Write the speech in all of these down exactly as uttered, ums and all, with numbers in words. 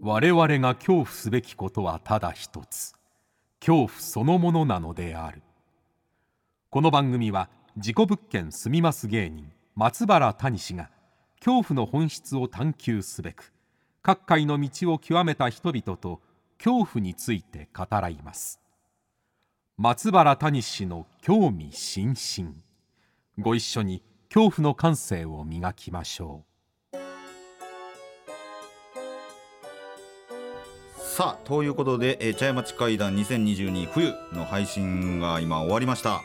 我々が恐怖すべきことはただ一つ、恐怖そのものなのである。この番組は事故物件住みます芸人松原谷氏が恐怖の本質を探求すべく各界の道を極めた人々と恐怖について語らいます。松原谷氏の興味津々、ご一緒に恐怖の感性を磨きましょう。 さあということで、えー、茶屋町会談にせんにじゅうに冬の配信が今終わりました。はい、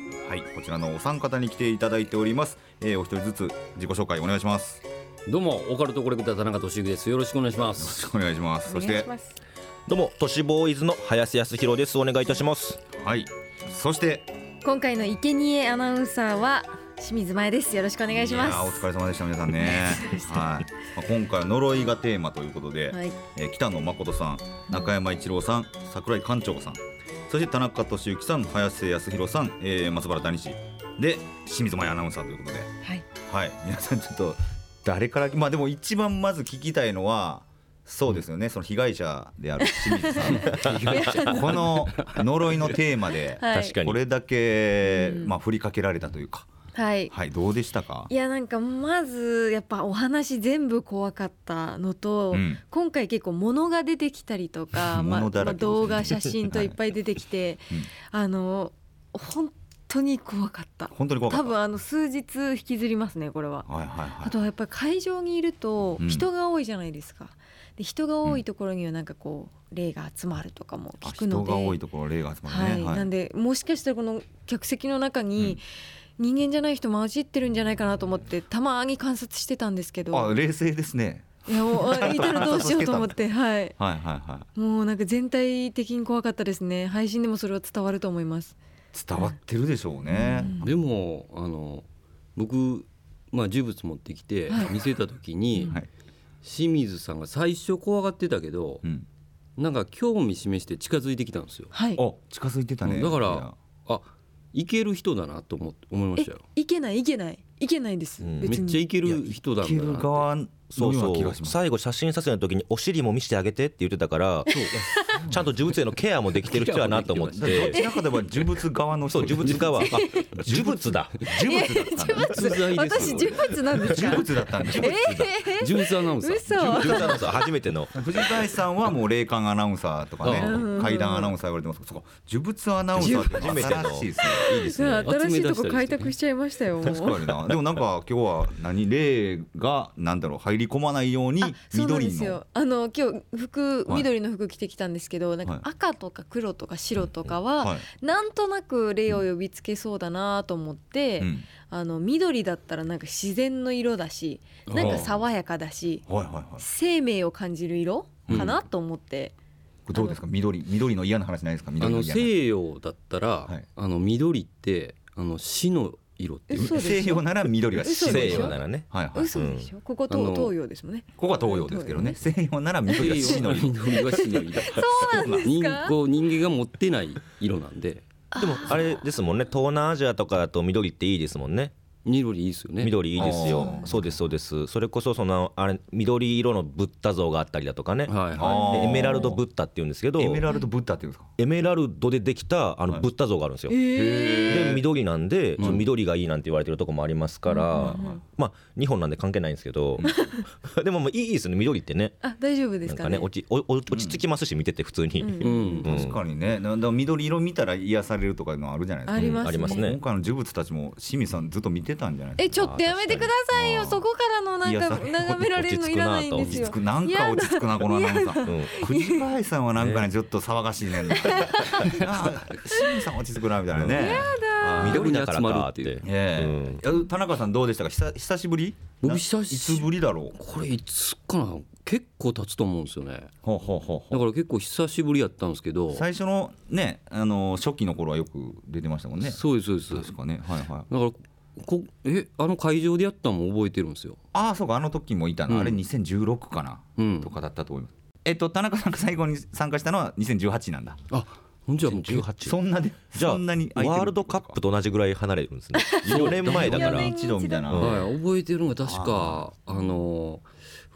こちらのお三方に来ていただいております。えー、お一人ずつ自己紹介お願いします。 どうもオカルトコレクター田中俊之です。よろしくお願いします。 よろしくお願いします。そしてどうも都市ボーイズの林康弘です。お願いいたします。 はい、そして今回の生贄アナウンサーは清水舞です。よろしくお願いします。 いやお疲れ様でした皆さんね。はい、まあ、今回は呪いがテーマということで、はい、えー、北野誠さん、中山一郎さん、桜井館長さん、そして田中俊之さん、林康弘さん、えー、松原谷氏で清水舞アナウンサーということで、はい、はい、皆さんちょっと誰からまあでも一番まず聞きたいのはそうですよね、その被害者である清水さんこの呪いのテーマで、はい、これだけ、まあ、振りかけられたというか、はいはい、どうでしたか？ いやなんかまずやっぱお話全部怖かったのと、うん、今回結構物が出てきたりとか、ままあ、動画写真といっぱい出てきて、はい、うん、あの本当に怖かった。 本当に怖かった。 多分あの数日引きずりますねこれは、はいはいはい、あとはやっぱり会場にいると人が多いじゃないですか、うん、で人が多いところにはなんかこう霊が集まるとかも聞くので、 人が多いところ霊が集まるね、 はいはい、なんでもしかしたらこの客席の中に、うん、人間じゃない人混じってるんじゃないかなと思ってたまに観察してたんですけど、 あ、冷静ですね。 いやもういたらどうしようと思ってはい、 はいはいはい、 もうなんか全体的に怖かったですね。配信でもそれは伝わると思います。 伝わってるでしょうね、 うん、でもあの僕、まあ、呪物持ってきて見せた時に、はい、清水さんが最初怖がってたけど、うん、なんか興味示して近づいてきたんですよ、 はい、 あ、近づいてたね。 だからあ、いける人だなと 思, 思いましたよ。 いけないいけないいけないです、うん、別にめっちゃいける人だんだなって。いける側そうそう最後写真撮影の時にお尻も見せてあげてって言ってたからちゃんと呪物へのケアもできてる人やなと思ってどちらかでは呪物側の人。 そう呪物側あ呪物だ呪物だったんだ。 私呪物なんですか？ 呪物だったんです。 呪物アナウンサー。 嘘。 呪物アナウンサー初めての藤谷さんはもう霊感アナウンサーとかね、怪談アナウンサー言われてますけど、そうか呪物アナウンサーって初めてのいいですね。いいですね。 新しいとこ開拓しちゃいましたよ。 確かにな。でもなんか今日は何霊がなんだろう入り込まないように緑の、 あの今日服緑の服着てきたんですけど、なんか赤とか黒とか白とかは、はい、なんとなく霊を呼びつけそうだなと思って、うん、あの緑だったらなんか自然の色だし、なんか爽やかだし、はいはいはい、生命を感じる色かなと思って、 うん、どうですか？緑緑の嫌な話ないですか？緑の嫌な、あの西洋だったら、はい、あの緑ってあの死の色って西洋なら緑が西洋ならね、 はいはい、嘘でしょ、うん、ここ東洋ですもんね。 ここは東洋ですけどね、西洋なら緑が死の色。 緑が死の色そうなんですか？ 人, 人間が持ってない色なんで。 でもあれですもんね、東南アジアとかだと緑っていいですもんね。 緑いいですよね。 緑いいですよ。そうですそうです。それこそそのあれ緑色のブッダ像があったりだとかね、はいはい、エメラルドブッダって言うんですけど、 エメラルドブッダって言うんですか？ エメラルドでできたあのブッダ像があるんですよ、はい、で緑なんで、うん、緑がいいなんて言われてるとこもありますから、うん、まあ日本なんで関係ないんですけどでももういいですね緑ってね。 あ、大丈夫ですかね。 なんかね落ち、落ち着きますし、見てて普通に、うんうんうん、確かにね。だから緑色見たら癒されるとかいうのあるじゃないですか。 ありますね、 ありますね。 今回の呪物たちも清水さんずっと見てたんじゃないですか？ え、ちょっとやめてくださいよ。そこからのなんか眺められるのいらないんですよ。 落ち着くな、なんか落ち着くなこのアナウンサー、うん、藤林さんはなんかねちょっと騒がしいねんな清水さん落ち着くなみたいなね。 やだ、 緑に集まるっていう、 えーうん、田中さんどうでしたか？久, 久しぶり？ 僕久しいつぶりだろう？ これいつかな、結構経つと思うんですよね。 ほうほうほうほう。 だから結構久しぶりやったんですけど、 最初のね、あの初期の頃はよく出てましたもんね。 そうですそうです。 確かね、はいはい。 だからこえあの会場でやったのも覚えてるんですよ。 ああそうか、あの時もいたな、うん、あれにせんじゅうろくかな、うん、とかだったと思います。えっと田中さんが最後に参加したのはにせんじゅうはちなんだ。 あ、ほんじゃもうじゅうはち、 そんなでじゃあそんなにワールドカップと同じぐらい離れるんですねよねんまえだから一度みたいな、 はい、覚えてるのが確かあの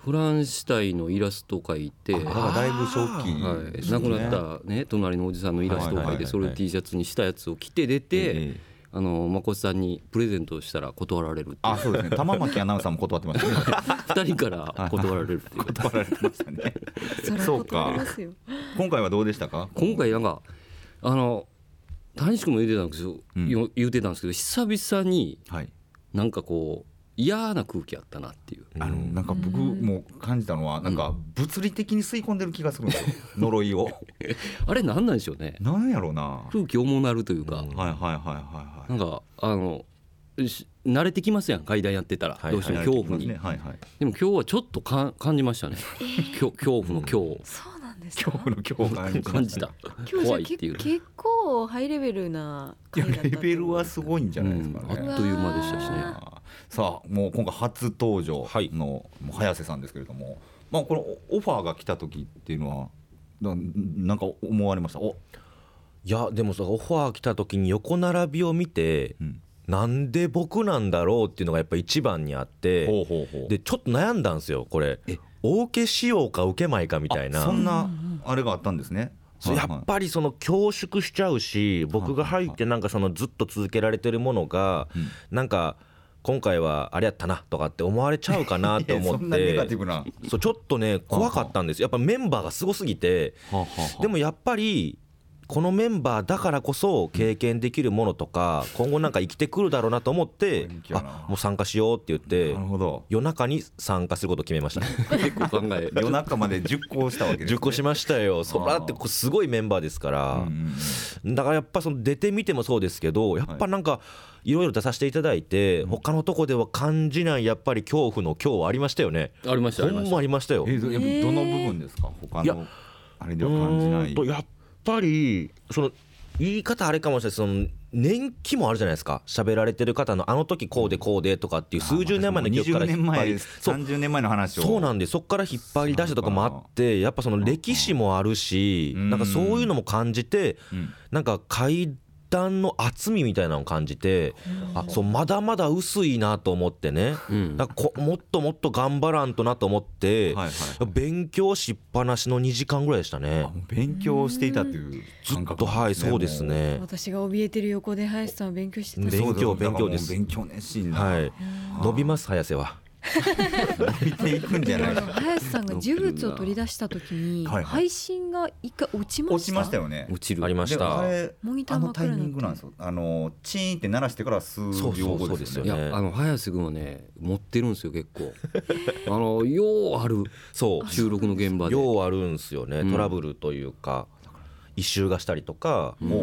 フランシュタインのイラストを描いて、 だからだいぶ正気、 はい、亡くなったね隣のおじさんのイラストを描いてそれを T シャツにしたやつを着て出て、あの誠さんにプレゼントしたら断られるっていう。 あ、そうですね。玉巻アナウンサーも断ってましたね。 ふたりから断られるっていう。 断られてましたね。 そうか。 今回はどうでしたか？ 今回なんかあの谷志くんも言ってたんですよ、うん、言ってたんですけど久々になんかこう嫌な空気あったなっていう。 あのなんか僕も感じたのはなんか物理的に吸い込んでる気がするんですよ、呪いを。 あれなんなんでしょうね。 なんやろうな。 空気重なるというか、 はいはいはいはい。 なんかあの慣れてきますやん階段やってたら、どうしても恐怖に、でも今日はちょっとか感じましたね。恐怖の恐怖。 そうなんですか。恐怖の恐怖感じた。怖いっていう。 結構ハイレベルな回だった。 レベルはすごいんじゃないですかね。 あっという間でしたしね。 さあもう今回初登場の早瀬さんですけれども、まあこのオファーが来た時っていうのはなんか思われました？おいやでもオファー来た時に横並びを見て、うん、なんで僕なんだろうっていうのがやっぱ一番にあって、ほうほうほうでちょっと悩んだんですよこれ。大受けしようか受けまいかみたいな。 そんなあれがあったんですね。 やっぱりその恐縮しちゃうし、僕が入ってなんかそのずっと続けられてるものがなんか今回はあれやったなとかって思われちゃうかなって思ってそうちょっとね怖かったんです。やっぱメンバーがすごすぎて、でもやっぱりこのメンバーだからこそ経験できるものとか今後なんか生きてくるだろうなと思ってあもう参加しようって言って夜中に参加することを決めました。 結構考え夜中まで熟考したわけですね。 熟考しましたよ。それだってすごいメンバーですから、だからやっぱその出てみてもそうですけどやっぱなんかいろいろ出させていただいて他のとこでは感じないやっぱり恐怖の恐怖ありましたよね。 ありましたほんまありましたよ。 どの部分ですか？他のあれでは感じない。 やっぱりその言い方あれかもしれない。その年季もあるじゃないですか。喋られてる方のあの時こうでこうでとかっていう数十年前の記憶から引っ張りさんじゅうねんまえの話をそうなんでそっから引っ張り出したとかもあってやっぱその歴史もあるしなんかそういうのも感じてなんか階段の厚みみたいなのを感じてあそうまだまだ薄いなと思ってね、うん、なんかこもっともっと頑張らんとなと思って、はいはい、勉強しっぱなしのにじかんぐらいでしたね。 勉強していたっていう感覚、 ね、ずっとはいそうですね。 私が怯えてる横で林さんは勉強してた。 勉強勉強です。 勉強熱心な、 はい、伸びます早瀬は。 伸びていくんじゃないですか。 林さんが呪物を取り出した時に配信が一回落ちました。 落ちましたよね。 落ちるありました。 あれモニターのタイミングなんですよ。あのチーンって鳴らしてから数秒後ですよね。 いやあの早瀬君はね持ってるんですよ結構。あのようあるそう収録の現場でようあるんですよね、うん、トラブルというか異臭がしたりとか、うん、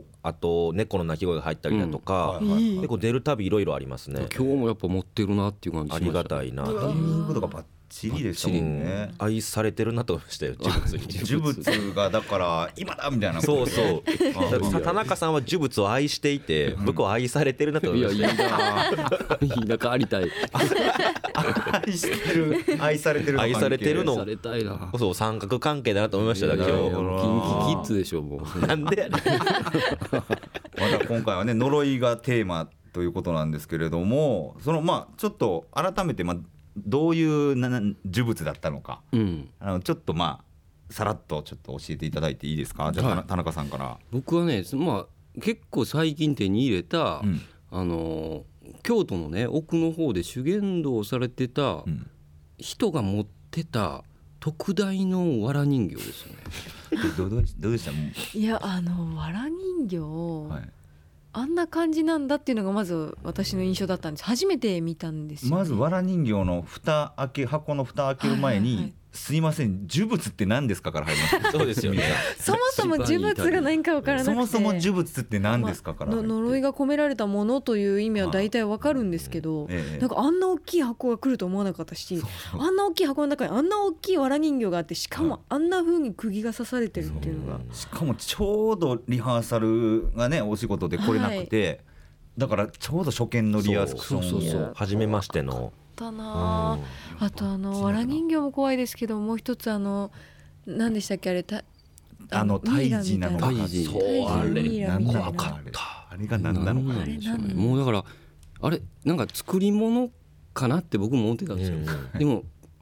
あと猫の鳴き声が入ったりだとか、うん、結構出るたびいろいろありますね。 今日もやっぱ持ってるなっていう感じしました。 ありがたいな。 タイミングとかバッチリでしたもんね。 愛されてるなと思いましたよ呪物に。 呪物がだから今だみたいな。 そうそう田中さんは呪物を愛していて、うん、僕は愛されてるなと思いました。 いやいいないいな変わりたい。 愛してる愛されてる愛されてるのされたいな。 そう三角関係だなと思いましただけど。 キンキキッズでしょもう。 なんでやねん。 また今回はね呪いがテーマということなんですけれども、そのまあちょっと改めてまあどういうな呪物だったのか、うん、あのちょっとまあさらっとちょっと教えていただいていいですか？じゃあ、はい、田中さんから。 僕はね、まあ、結構最近手に入れた、うん、あの京都のね奥の方で修験道をされてた人が持ってた特大の藁人形ですよね。 ど, ど, どうでした？ いやあの藁人形、はい、あんな感じなんだっていうのがまず私の印象だったんです。初めて見たんですよ、ね、 まず藁人形の蓋開け箱の蓋開ける前に、はいはいはい、すいません呪物って何ですかから入ります。 そうですよね。 そもそも呪物が何か分からなくて、 そもそも呪物って何ですかから入って、 まあ、呪いが込められたものという意味は大体分かるんですけど、ええ、なんかあんな大きい箱が来ると思わなかったし、そうそうあんな大きい箱の中にあんな大きい藁人形があって、しかもあんな風に釘が刺されてるっていうのが、 しかもちょうどリハーサルがねお仕事で来れなくて、はい、だからちょうど初見のリアクション、 そうそうそう初めましてのだな、うん、あとあの藁人形も怖いですけど、もう一つあの何でしたっけあれたあの胎児なのか、 そうあれ何なのかあれが何なのか、 もうだからあれなんか作り物かなって僕も思ってたんですよ、うん、でも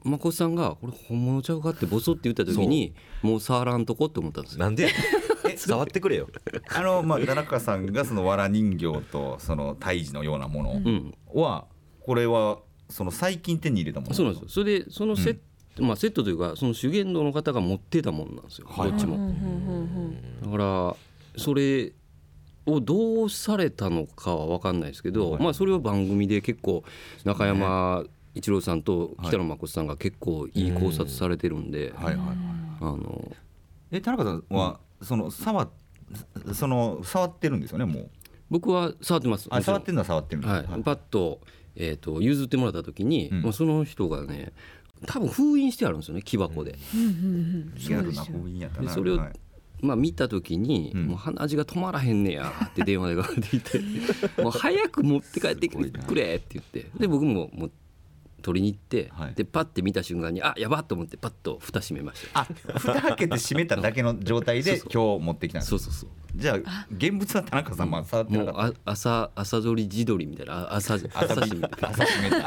誠さんがこれ本物ちゃうかってボソって言った時にもう触らんとこって思ったんですよ。 なんでえ触ってくれよあのまあ田中さんがその藁人形とその胎児のようなものは、うん、これはその最近手に入れたもの。 そうなんですよ。それでそのセット、うんまあ、セットというかその修験道の方が持ってたものなんですよ、はい、どっちも。だからそれをどうされたのかは分かんないですけど、はい、まあ、それを番組で結構中山一郎さんと北野誠さんが結構いい考察されてるんで、はいはいはい、あのえ田中さんはその触その触ってるんですよね。もう僕は触ってます。 あ触ってるのは触ってるんです、 はいはい、パッと、えー、と譲ってもらった時に、うんまあ、その人がね多分封印してあるんですよね、木箱で。 リアルな封印やったな。 でそれを、はいまあ、見た時に、うん、もう鼻血が止まらへんねやって電話でかかっていてもう早く持って帰ってくれって言ってで僕ももう取りに行って、はい、でパッて見た瞬間にあやばっと思ってパッと蓋閉めました。 あ蓋開けて閉めただけの状態で今日持ってきたんです。 そうそうそう。 じゃあ現物は田中さんも触ってなかった。 もうあ朝朝取り地取りみたいな朝朝閉めた朝閉めた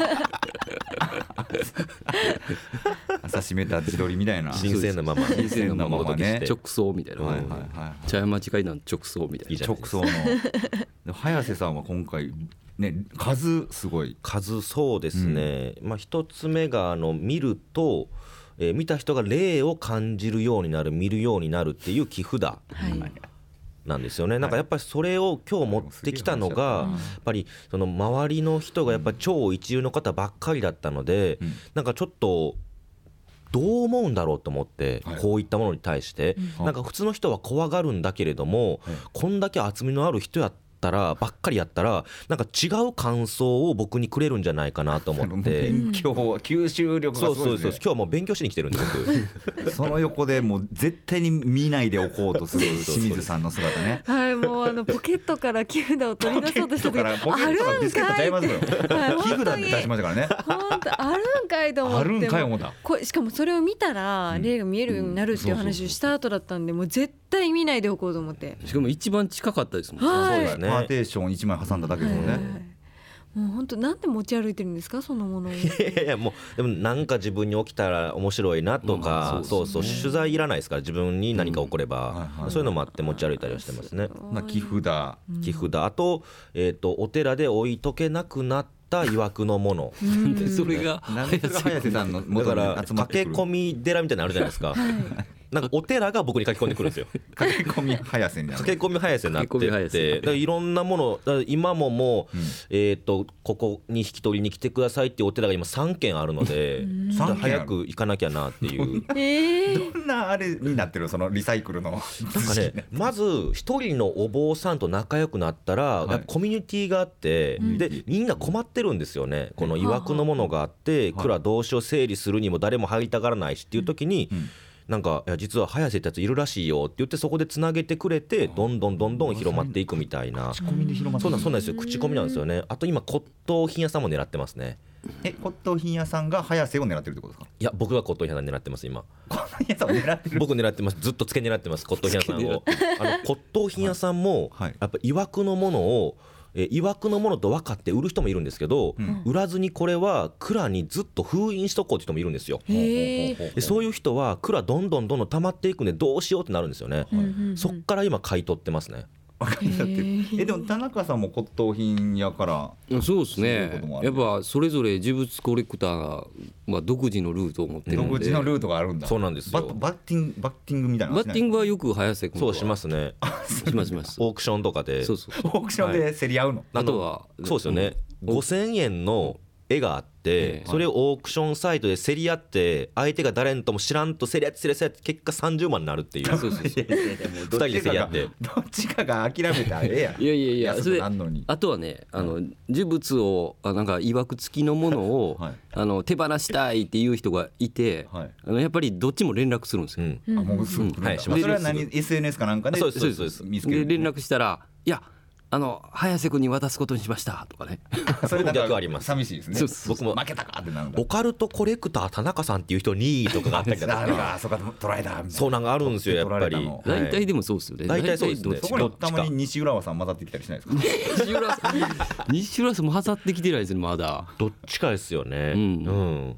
朝閉めた地取りみたいな新鮮なまま新鮮なままね直送みたいな、はいはいはい、茶屋町会談直送みたいな直送の早瀬さんは今回ね、数すごい数そうですね、うんまあ、一つ目があの見ると、えー、見た人が霊を感じるようになる見るようになるっていう木札なんですよね、はい、なんかやっぱりそれを今日持ってきたのが、はい、やっぱりその周りの人がやっぱ超一流の方ばっかりだったので、うん、なんかちょっとどう思うんだろうと思って、はい、こういったものに対して、うん、なんか普通の人は怖がるんだけれども、はい、こんだけ厚みのある人やったらばっかりやったらなんか違う感想を僕にくれるんじゃないかなと思って勉強吸収力がすごいですね。 そうそうそう今日はもう勉強しに来てるんで僕その横でもう絶対に見ないでおこうとする清水さんの姿ねはいもうあのポケットから木札を取り出そうとした時あるんかい木札って出しましたからね本当あるんかいと思ってあるんかい思ったこしかもそれを見たら霊が見えるようになるっていう話をした後だったんでもう絶対見ないでおこうと思ってしかも一番近かったですもんね、 はい、 そうですねパーテーションいちまい挟んだだけですもんね、はいはいはい、 もう本当なんで持ち歩いてるんですかそのものを。いやいやもうでもなんか自分に起きたら面白いなとか、まあそうそう、ね、そうそう取材いらないですから自分に何か起これば、うんはいはい、そういうのもあって持ち歩いたりはしてますね。 まあ、木札木札あと、えーと、お寺で置いとけなくなった曰くのものでそれが早瀬さんの元に集まってくる駆け込み寺みたいなのあるじゃないですか、はいなんかお寺が僕に書き込んでくるんですよ駆け込み早瀬になる駆け込み早瀬になっててだからいろんなものだから今ももう、うんえー、とここに引き取りに来てくださいっていうお寺が今さんけんあるので早く行かなきゃなっていうどんなあれになってるそのリサイクルのなんかねまず一人のお坊さんと仲良くなったら、はい、やっぱコミュニティがあって、うん、でみんな困ってるんですよねこの曰くのものがあって蔵どうしよう整理するにも誰も入りたがらないしっていう時に、うんうんなんかいや実は早瀬ってやついるらしいよって言ってそこでつなげてくれてどんどんどんどん広まっていくみたいな口コミで広まってそうなんそうなんですよ口コミなんですよね。あと今骨董品屋さんも狙ってますね。 え骨董品屋さんが早瀬を狙ってるってことですか。 いや僕が骨董品屋さん狙ってます今。 骨董品屋さんを狙ってる僕狙ってますずっとつけ狙ってます骨董品屋さんをあの骨董品屋さんもやっぱ曰くのものをえ曰くのものと分かって売る人もいるんですけど、うん、売らずにこれは蔵にずっと封印しとこうって人もいるんですよ。でそういう人は蔵どんどんどんどん溜まっていくんでどうしようってなるんですよね、うんうんうん、そっから今買い取ってますね。 えでも田中さんも骨董品やからそうですねやっぱそれぞれ呪物コレクターは独自のルートを持ってるので独自のルートがあるんだ。 そうなんですよ。 バッ、バッティングバッティングみたいなバッティングはよく早瀬君そうしますねしますしますオークションとかでそうそうオークションで競り合うの、 はい、あとはそうですよね、うん、ごせんえんの絵があって、えー、それをオークションサイトで競り合って相手が誰んとも知らんと競り合って競り合って結果さんじゅうまんになるっていうそうそうそうふたりで競り合ってどっちかが諦めたらええやんいやいやいやそれあとはねあの呪物をあなんか曰く付きのものを、はい、あの手放したいっていう人がいて、はい、あのやっぱりどっちも連絡するんですよ、うん、 あもうすぐ、うんはい、それは何 エスエヌエス かなんかでそうですそうです見つけるで連絡したらいやあの早瀬君に渡すことにしましたとかねそれだけあります寂しいですね。そうそう僕も負けたかってなるんだ。 オカルトコレクター田中さんっていう人にとかがあったりとかあそうかトライだみたいなそうなんかあるんですよやっぱり大体でもそうですよね大体そうですね。 そこにたまに西浦和さん混ざってきたりしないですか西浦さん西浦さんも混ざってきてないですねまだどっちかですよね、うん、うん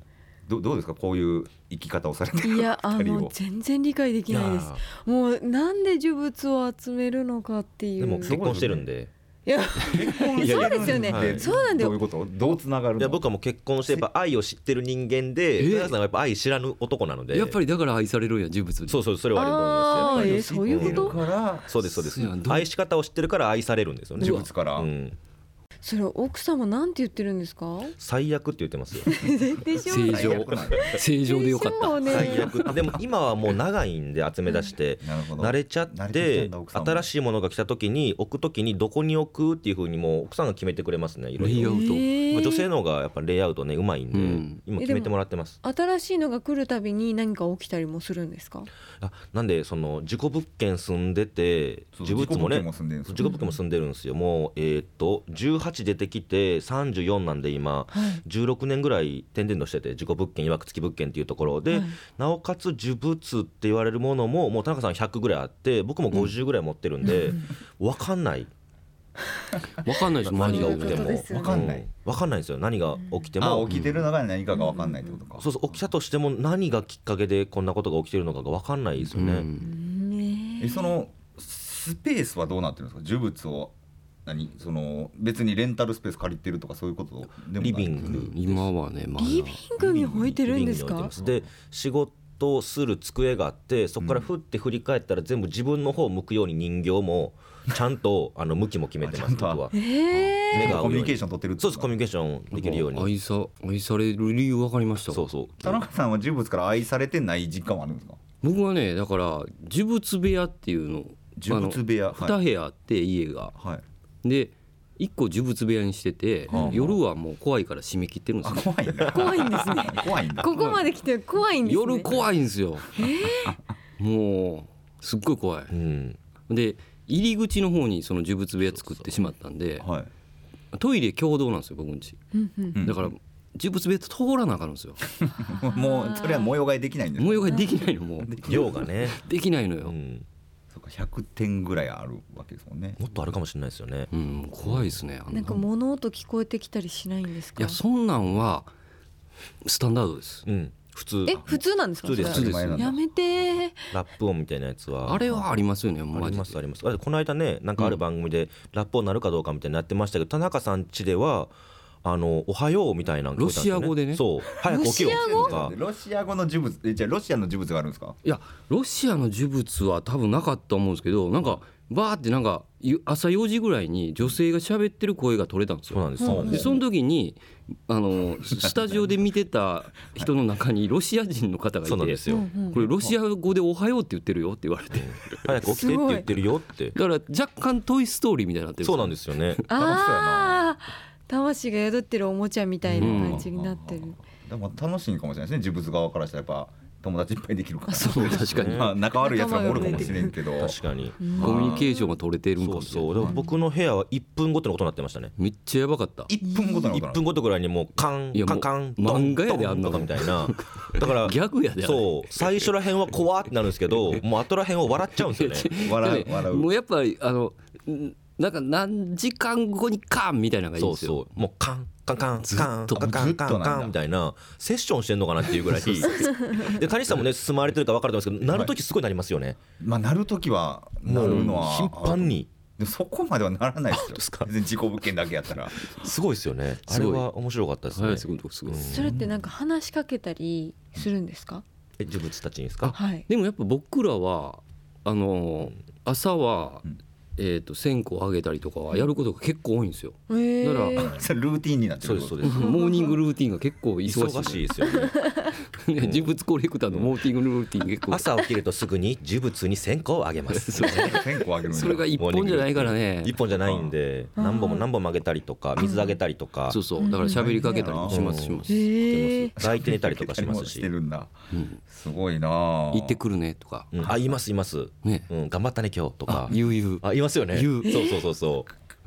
ど, どうですかこういう生き方をされてるいやあのの全然理解できないです。もうなんで呪物を集めるのかっていう。 でも結婚してるんで。 いやそうですよね、はい、そうなんだよ。 どういうことどうつながるの。 いや僕はもう結婚してやっぱ愛を知ってる人間で皆さんはやっぱ愛知らぬ男なのでやっぱりだから愛されるんや呪物に。 そうそうそれはあると思います。 あ、えー、そういうこと、 から、 そうですそうです。愛し方を知ってるから愛されるんですよね呪物から、 うん、 それ奥様なんて言ってるんですか。 最悪って言ってますよ正常正常でよかった、 ね、 最悪。でも今はもう長いんで集め出して慣れちゃって新しいものが来た時に置く時にどこに置くっていう風にもう奥さんが決めてくれますね。いろいろレイアウト、まあ、女性の方がやっぱレイアウトねうまいんで、うん、今決めてもらってます。 新しいのが来るたびに何か起きたりもするんですか。 あなんでその事故物件住んでて呪物もね事故物件も住んでるんですよ。もうえっとじゅうはち出てきてさんじゅうよんなんで今、はい、じゅうろくねんぐらい転々としてて事故物件いわくつき物件っていうところで、はい、なおかつ呪物って言われるものももう田中さんひゃくぐらいあって僕もごじゅうぐらい持ってるんで、うん、分かんない分かんないです。 何が起きても分かんない、うん、 分かんないんですよ。何が起きても、 あ起きてるのが何かが分かんないってことか、 うん、そうそう起きたとしても何がきっかけでこんなことが起きてるのかが分かんないですよね、うん、 えそのスペースはどうなってるんですか。呪物を何その別にレンタルスペース借りてるとかそういうことでもない。 リビング今はね、まだリビングに置いてるんですか。 で仕事する机があってそこからふって振り返ったら全部自分の方を向くように人形もちゃんとあの向きも決めてます。僕は、 えー、 目がコミュニケーション取ってるってそうです。コミュニケーションできるように愛さ、愛される理由分かりました。 そうそう。 田中さんは呪物から愛されてない実感はあるんですか。 僕はねだから呪物部屋っていうの呪物部屋、 に部屋あって家が、 はい、 でいっこ呪物部屋にしてて、はあ、夜はもう怖いから締め切ってるんですよ。 怖いんだ怖いんですね怖いんだここまで来て怖いんですね。 夜怖いんですよ、えー、もうすっごい怖い、うん、で入り口の方にその呪物部屋作ってしまったんで、はい、トイレ共同なんですよ僕んち、うんうん、だから呪物部屋通らなあかんんですよもうそれは模様替えできないんです。 模様替えできないのもう量がねできないのよ、 うんひゃくてんぐらいあるわけですもんね。 もっとあるかもしれないですよね、 うん、怖いですね。 なんか物音聞こえてきたりしないんですか。 いやそんなんはスタンダードです、 うん、普通。 え普通なんですか。 普通です。普通です。 やめて。 ラップ音みたいなやつはあれはありますよね。マジでありますあります。この間ねなんかある番組でラップ音なるかどうかみたいになってましたけど、田中さん家ではあのおはようみたいなの聞こえたんですよね。 ロシア語でね。 そう早く起きろとか。 ロシア語の呪物、じゃあロシアの呪物があるんですか。 いやロシアの呪物は多分なかったと思うんですけど、なんかバーってなんか朝よじぐらいに女性が喋ってる声が取れたんですよ。 そうなんですよ。 でその時にあのスタジオで見てた人の中にロシア人の方がいて、 そうなんですよ。 これロシア語でおはようって言ってるよって言われて、 早く起きてって言ってるよって。 だから若干トイストーリーみたいになってる。 そうなんですよね。 ああ魂が宿ってるおもちゃみたいな感じになってる、うん、 でも楽しいかもしれないですね。呪物側からしたらやっぱ友達いっぱいできるから。 そう確かに、 まあ、仲悪いやつらもおるかもしれんけど確かにコミュニケーションが取れてるんかもしれない。 そうそう。でも僕の部屋はいっぷんごとのことになってましたね。 めっちゃやばかった。 いっぷんごとのこといっぷんごとぐらいにもうカンカンカン漫画やであんなのみたいな。だからギャグやで。 そう最初らへんは怖ってなるんですけどもう後らへんを笑っちゃうんですよね。 笑う笑う。 もうやっぱりあのなんか何時間後にカンみたいなのがいいんですよ。 そうそうもうカンカンカンカンカンカンカンカンみたいなセッションしてんのかなっていうぐらいで谷さんもね進まれてるか分かると思うんですけど、なるときすごいなりますよね。 まあなるときはなるのは頻繁に。 でそこまではならないですよ。全然事故物件だけやったらすごいですよね。あれは面白かったですね。 すごいすごい。 それってなんか話しかけたりするんですか。 え呪物たちにですか。 はい。 でもやっぱ僕らはあの朝は、うんえー、と線香をあげたりとかはやることが結構多いんですよ。 だからそれルーティンになってる。 そうですそうです。 モーニングルーティンが結構忙しい。 忙しいですよね。 呪物コレクターのモーニングルーティン結構朝起きるとすぐに呪物に線香をあげます。 線香あげる。 それが一本じゃないからね。 一本じゃないんで何本も何本もあげたりとか水あげたりとか。 そうそうだから喋りかけたりもしますします。 抱いて寝たりとかしますし。 してるんだ。すごいな。 行ってくるねとか。 あ言います言います。頑張ったね今日とか。 言う言う。 あ言いますよね。 言う。 そうそうそうそう。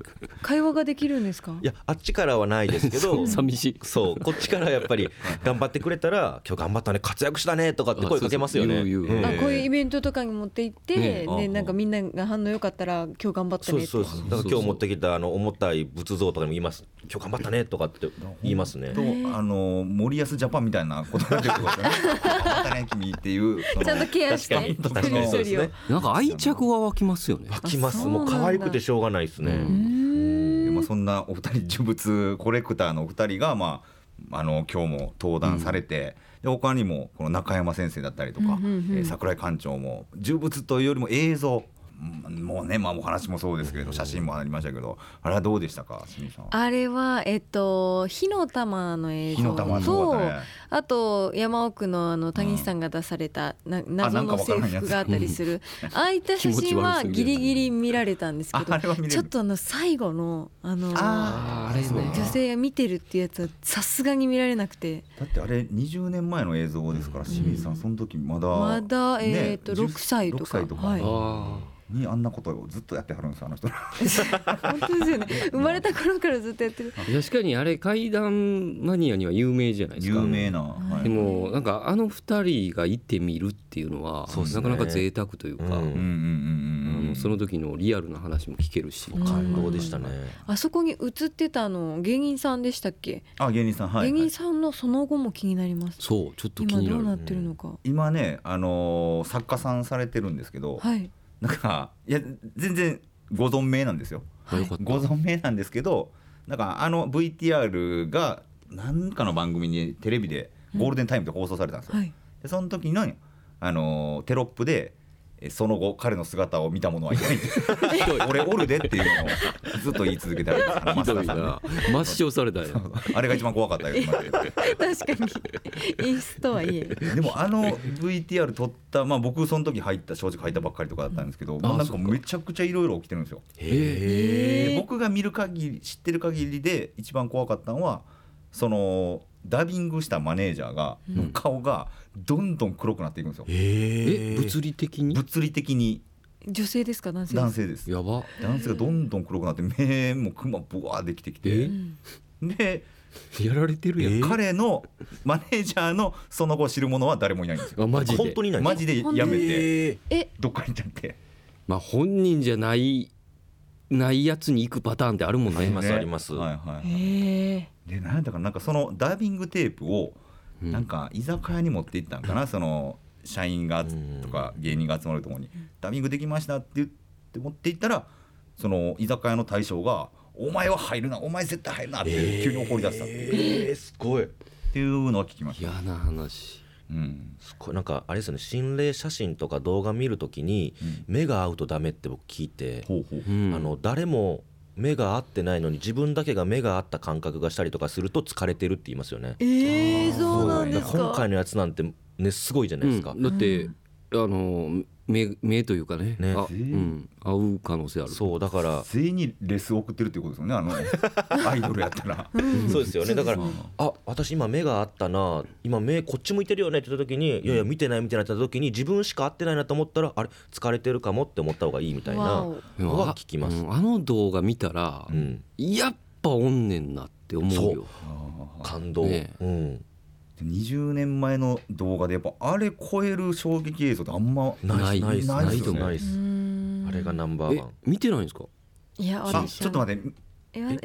会話ができるんですか？ いやあっちからはないですけど寂しい。 そうこっちからやっぱり頑張ってくれたら今日頑張ったね活躍したねとかって声かけますよね。 そうそう言う言う、 あこういうイベントとかに持って行って、ねね、なんかみんなが反応良かったら今日頑張ったねって。 そうそうそうだから今日持ってきたあの重たい仏像とかでも言います。今日頑張ったねとかって言いますね。 とあの森保ジャパンみたいなことになってるってことですね。頑張ったね君っていうちゃんとケアして確かに確かにそうですね。 なんか愛着は湧きますよね。 湧きます。もう可愛くてしょうがないですね。 まあそんなお二人呪物コレクターのお二人がまああの今日も登壇されて、で他にもこの中山先生だったりとか、うんうんうんえー、桜井館長も呪物というよりも映像もうね、まあ、お話もそうですけれど写真もありましたけど、あれはどうでしたか、清水さん。 あれは、えっと、火の玉の映像と、 ね、 あと山奥 の, あの谷さんが出された、うん、な謎の制服があったりする あ, ああいった写真はギリギリ見られたんですけど、ちょっとあの最後 の, あのああれですね、 女性が見てるっていうやつはさすがに見られなくて。 だってあれにじゅうねんまえの映像ですから、清水さん、うん、その時まだまだ、えー、とろくさいとか、 ろくさいとか、 はい、 あにあんなことをずっとやってはるんですよ、あの人本当ですよね、生まれた頃からずっとやってる。 確かにあれ怪談マニアには有名じゃないですか。 有名な、はい、 でもなんかあの二人が行ってみるっていうのは、ね、なかなか贅沢というか、その時のリアルな話も聞けるし、 感動でしたね。 あそこに映ってたの芸人さんでしたっけ？ あ、芸人さん、はい、 芸人さんのその後も気になります。 そう、ちょっと気になる。 今どうなってるのか。 今ね、あのー、作家さんされてるんですけど、はい、なんかいや全然ご存命なんですよ、はい、ご存命なんですけど、なんかあの ブイティーアール が何かの番組にテレビでゴールデンタイムで放送されたんですよ、うんはい、でその時の、あのー、テロップでその後彼の姿を見た者はいない俺おるでっていうのをずっと言い続けてあるんです。 ひどいな、抹消されたよあれが一番怖かったよ確かに演出とはいえでもあの ブイティーアール 撮った、まあ、僕その時入った正直入ったばっかりとかだったんですけど、うん、もうなんかめちゃくちゃいろいろ起きてるんですよ。へー。で僕が見る限り知ってる限りで一番怖かったのは、そのダビングしたマネージャーが、うん、の顔がどんどん黒くなっていくんですよ。 え物理的に物理的に。 女性ですか？男性です？ 男性です。 やば。 男性がどんどん黒くなって目もクマブワーできてきて、でやられてるやん。 彼のマネージャーのその後知る者は誰もいないんですよ。 あ、マジで本当にいない。 マジでやめて、 えどっかに行っちゃって。 まあ本人じゃないないやつに行くパターンってあるもんね。 ありますあります。 はいはい。へでなんだかなんかそのダービングテープをなんか居酒屋に持って行ったんかな、うん、その社員がとか芸人が集まるところに、うん、ダービングできましたって言って持って行ったら、その居酒屋の大将がお前は入るな、お前絶対入るなって急に怒り出したっていう、 えー、すごいっていうのは聞きました。 嫌な話。 うん、すごいなんかあれですよね、心霊写真とか動画見るときに、うん、目が合うとダメって僕聞いて、ほうほう、うん、あの誰も目が合ってないのに自分だけが目が合った感覚がしたりとかすると疲れてるって言いますよね。 えー、そうなんですか。 今回のやつなんてねすごいじゃないですか、 うん、だって、うん、あの目, 目というか ね, ねあ、うん、合う可能性ある。 そうだから全員にレス送ってるっていうことですよね、あのアイドルやったらそうですよね。だから、あ、私今目が合ったな、今目こっち向いてるよねって言った時に、いやいや見てない見てないって言った時に自分しか合ってないなと思ったら、あれ疲れてるかもって思った方がいいみたいなのは聞きます。 あ, あの動画見たら、うん、やっぱおんねんなって思うよ。 そう感動、ね、うん、 にじゅうねんまえの動画でやっぱあれ超える衝撃映像ってあんまないないですないですよね。あれがナンバーワン。 見てないんですか？ いや、 あ、ちょっと待って、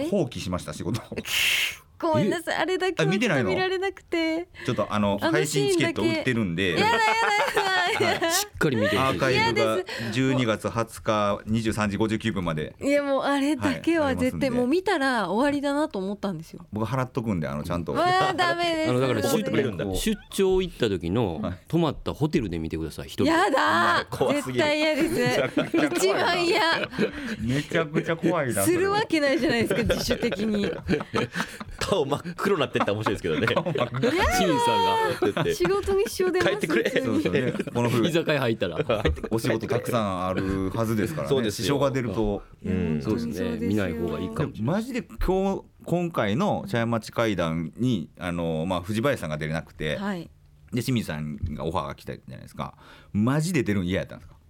放棄しました仕事ごめんなさい、あれだけは見られなくて、 ちょっとあの配信チケット売ってるんで、 やだやだやだ、 しっかり見てアーカイブがじゅうにがつはつかにじゅうさんじごじゅうきゅうふんまで。 いやもうあれだけは絶対、はい、もう見たら終わりだなと思ったんですよ。 僕払っとくんで、あのちゃんと。 あダメです。 あのだから出, 出張行った時の泊まったホテルで見てください。一人やだ絶対嫌です一番嫌。 めちゃくちゃ怖いな。 するわけないじゃないですか自主的に顔真っ黒になってったら面白いですけどね。 清水さんが仕事に支障出ます。 帰ってくれ。 そうそうね、この居酒屋入ったらお仕事たくさんあるはずですからね。そうですよ。支障が出ると、 うん、そうですね、見ない方がいいかもしれない。 マジで今日今回の茶屋町会談にあの、まあ、藤林さんが出れなくて、はい、で清水さんがオファーが来たじゃないですか。マジで出るの嫌やったんですか？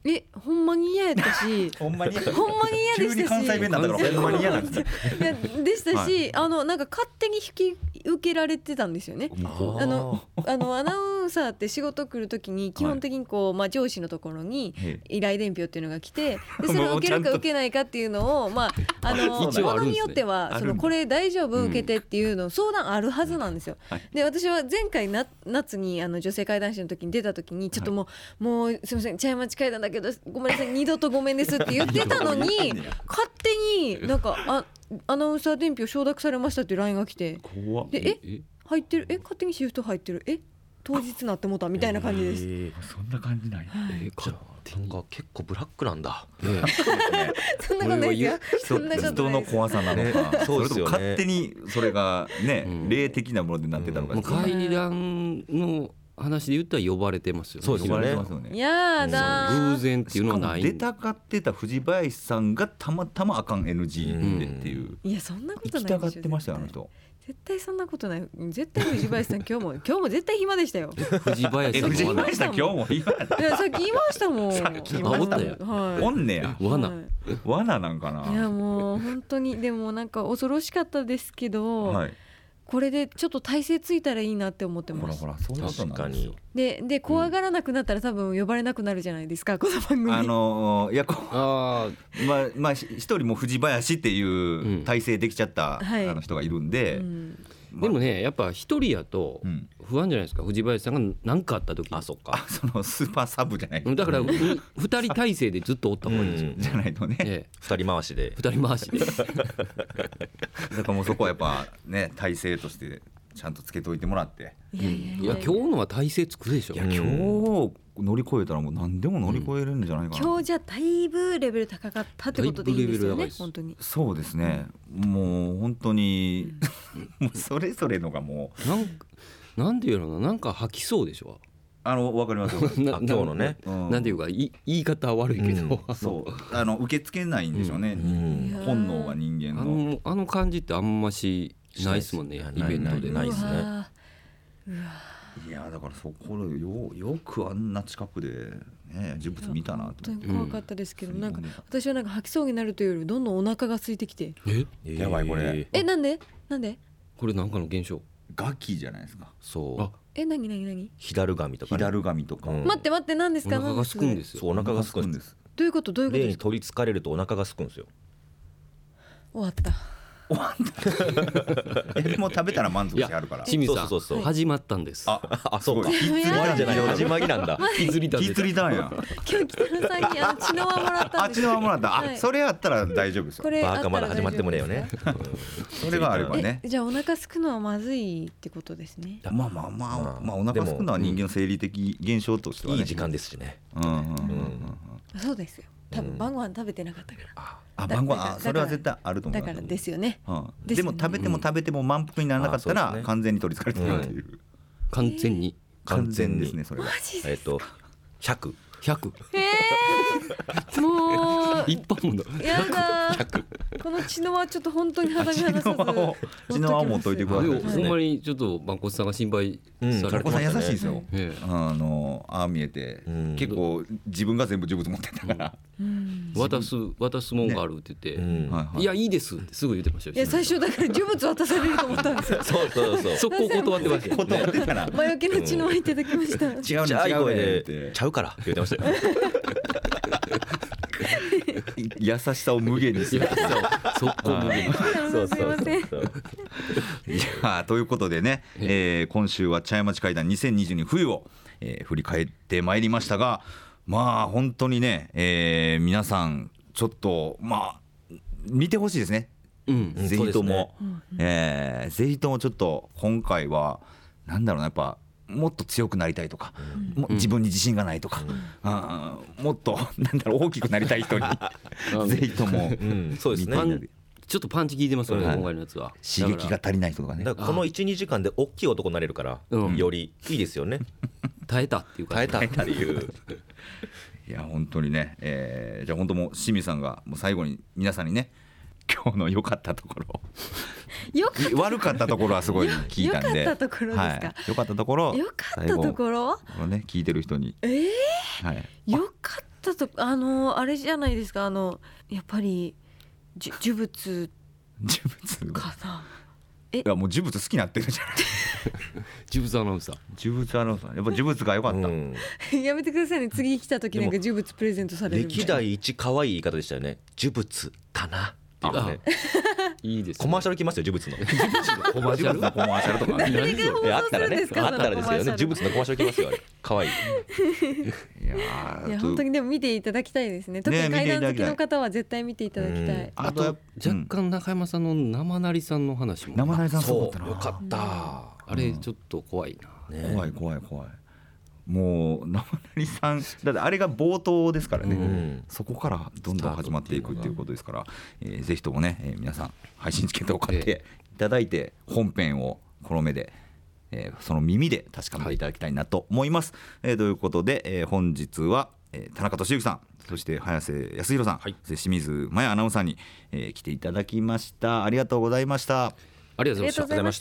えほんまに嫌やったしほんまにほんまに嫌でしたし、 急に関西弁なんだからほんまに嫌なんですいやでしたし、はい、あのなんか勝手に引き受けられてたんですよね。あのあのアナウンサーって仕事来るときに基本的にこう、まあ、上司のところに依頼伝票っていうのが来て、でそれを受けるか受けないかっていうのをまああのものによってはそのこれ大丈夫受けてっていうの相談あるはずなんですよ。で私は前回な夏にあの女性怪談師の時に出た時にちょっともう、はい、もうすみません茶屋町怪談だけどごめんなさい二度とごめんですって言ってたのに勝手になんかあアナウンサー伝票承諾されましたっていう ライン が来て、でえ入ってるえ勝手にシフト入ってるえ当日なって思ったみたいな感じです、えー、そんな感じない、 えー、なんか結構ブラックなんだ、 えー、そんなことないですよ。 人の怖さなのか、ね、そうですよね、それとも勝手にそれがね、うん、霊的なものになってたのか、うん、 怪談の話で言ったら呼ばれてますよね。 そうですよね。 いやだ偶然っていうのはない。 出たがってた藤林さんがたまたまあかん エヌジー でっていう。 いやそんなことないでしょ。 行きたがってましたよあの人。 絶対そんなことない。絶対藤林さん今日も今日も絶対暇でしたよ。 藤林さん。 藤林さん今日も暇。 いやさっき言いましたもん。 さっき言いましたよ。はい。おんねや。 罠。 罠なんかな。 いやもう本当にでもなんか恐ろしかったですけど。はい。これでちょっと体勢ついたらいいなって思ってます。 ほらほらそういうことなんですよ。 でで怖がらなくなったら多分呼ばれなくなるじゃないですか、うん、この番組。 あのー、いやこあまあまあ一人も藤林っていう体勢できちゃった、うん、あの人がいるんで、うんまあ、でもねやっぱ一人やと不安じゃないですか、藤林さんが何かあった時に。 あそっかそのスーパーサブじゃないだからふたり体制でずっとおった方がいいんですよ、 うん、じゃないとね、ええ、 ふたり回しでふたり回しでだからもうそこはやっぱね体制としてちゃんとつけといてもらって。 いやいやいや今日のは体勢つくでしょ。 いや今日乗り越えたらもう何でも乗り越えれるんじゃないかな、 うん、今日じゃだいぶレベル高かったってことでいいですよね。本当にそうですね、うん、もう本当にもうそれぞれのがもうなんなんていうのなんか吐きそうでしょ。 あの分かりますよ今日のね、うん、なんていうかい言い方は悪いけど、 うん、そうあの受け付けないんでしょうね、うん、本能が人間のあの、あの感じってあんましないっすもんねイベントで。 ないっすね。いやだからそこで よ, よくあんな近くで、ね、呪物見たなと。 本当に怖かったですけど、うん、なんか私はなんか吐きそうになるというよりどんどんお腹が空いてきて。 えやばいこれ。 えなんでなんでこれなんかの現象。 ガキじゃないですか。 そうあえ何何何ヒダルガミとか、ね、 ヒダルガミとか、 うん、待って待って何ですか。 お腹がすくんですよ。 そうお腹がすくんです。 どういうことどういうこと霊に取りつかれるとお腹がすくんですよ。 終わった終わったでも食べたら満足してあるから。 清水さんそうそうそう始まったんです。 ああそうか終わりじゃない始まりなんだ。 引きずりたん引きずりたんや。 今日北野さんにあの血の輪もらったんです。 あ血の輪もらった。あ、はい、それやったら大丈夫ですよ。 これバーカまだ始まってもねよね。 それがあればね。 じゃあお腹すくのはまずいってことですね。 まあまあまあまあお腹すくのは人間の生理的現象としてはね。 いい時間ですしね。 うんうんうんうん。そうですよ。多分晩ご飯食べてなかったから。 あ晩ご飯それは絶対あると思う。 だからですよね、 うん、でも食べても食べても満腹にならなかったら、うんね、完全に取り憑かれてるっていう、うん、 完全に完全ですねそれは。 えっとひゃくひゃくえー、もう一般のやだこの血の輪ちょっと本当に肌身離さず血の輪を持っといてください。 ほんまにちょっとまこさんが心配されてましたね。優しいですよ、ええ、あのああ見えて、うん、結構自分が全部呪物持ってたから、 うん、渡す渡すもんがあるって言って、ねうん、いやいいですってすぐ言ってましたよ。 いや最初だから呪物渡されると思ったんですよ。 そうそうそう速攻断ってましたよ、ね、 断ってたら魔除けの血の輪いただきました。 違うね違うねってちゃうからって言ってましたよ。 優しさを無限にする。 速攻無限に。 そうそうそうそう。 いやということでね、えー、今週は茶屋町怪談にせんにじゅうに冬を、えー、振り返ってまいりましたが、まあ本当にね、えー、皆さんちょっとまあ見てほしいですね、うん、ぜひとも、ねえー、ぜひともちょっと今回はなんだろうなやっぱもっと強くなりたいとか、うん、も自分に自信がないとか、うんあもっとなんだろう大きくなりたい人にぜひとも、うん、 そうですねちょっとパンチ効いてますよね、今回のやつは。 刺激が足りない人とかね。 だからこの いちにじかんで大きい男になれるから、うん、よりいいですよね。 耐えたっていうか、 耐えたっていういや本当にね、えー、じゃあ本当もう清水さんがもう最後に皆さんにね今日の良かったところよかった悪かったところはすごい聞いたんで、 良かったところですか、はい、 良かったところ良かったところこのね聞いてる人に、 えーはい、良かったたとあのあれじゃないですか、あのやっぱりじ呪物呪物かな。 えいやもう呪物好きになってるじゃない呪物アナウンサー呪物アナウンサーやっぱ呪物が良かった、うん、 やめてくださいね、次来た時なんか呪物プレゼントされるみたいな。 歴代一可愛い言い方でしたよね、呪物かなっていうねいいですね、 コマーシャル来ますよ、呪物のコマーシャルコマーシャルとかねあったらね、あったらですよね、呪物のコマーシャル来ますよ、あれ可愛いいやいや本当にでも見ていただきたいですね。特に階段好きの方は絶対見ていただきたい。 あと若干中山さんの生成さんの話も、 生成さんそうよかった、 あれちょっと怖いな、 怖い怖い怖い。もう生成さんだってあれが冒頭ですからね、うん、そこからどんどん始まっていくっていうことですから、えー、ぜひともね、えー、皆さん配信チケットを買っていただいて本編をこの目で、えー、その耳で確かめていただきたいなと思います、はい。えー、ということで、えー、本日は、えー、田中俊之さん、そして早瀬康弘さん、はい、そして清水麻也アナウンサーに、えー、来ていただきました。ありがとうございました。 ありがとうございました。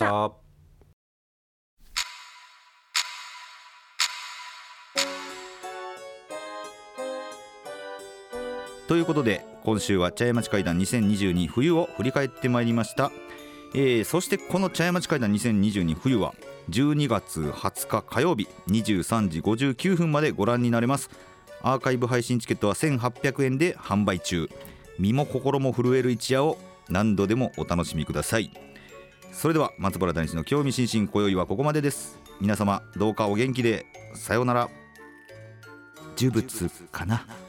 ということで今週は茶屋町会談にせんにじゅうに冬を振り返ってまいりました、えー、そしてこの茶屋町会談にせんにじゅうに冬はじゅうにがつはつか火曜日にじゅうさんじごじゅうきゅうふんまでご覧になれます。アーカイブ配信チケットはせんはっぴゃくえんで販売中。身も心も震える一夜を何度でもお楽しみください。それでは松原谷氏の興味津々、今宵はここまでです。皆様どうかお元気で。さようなら。呪物かな。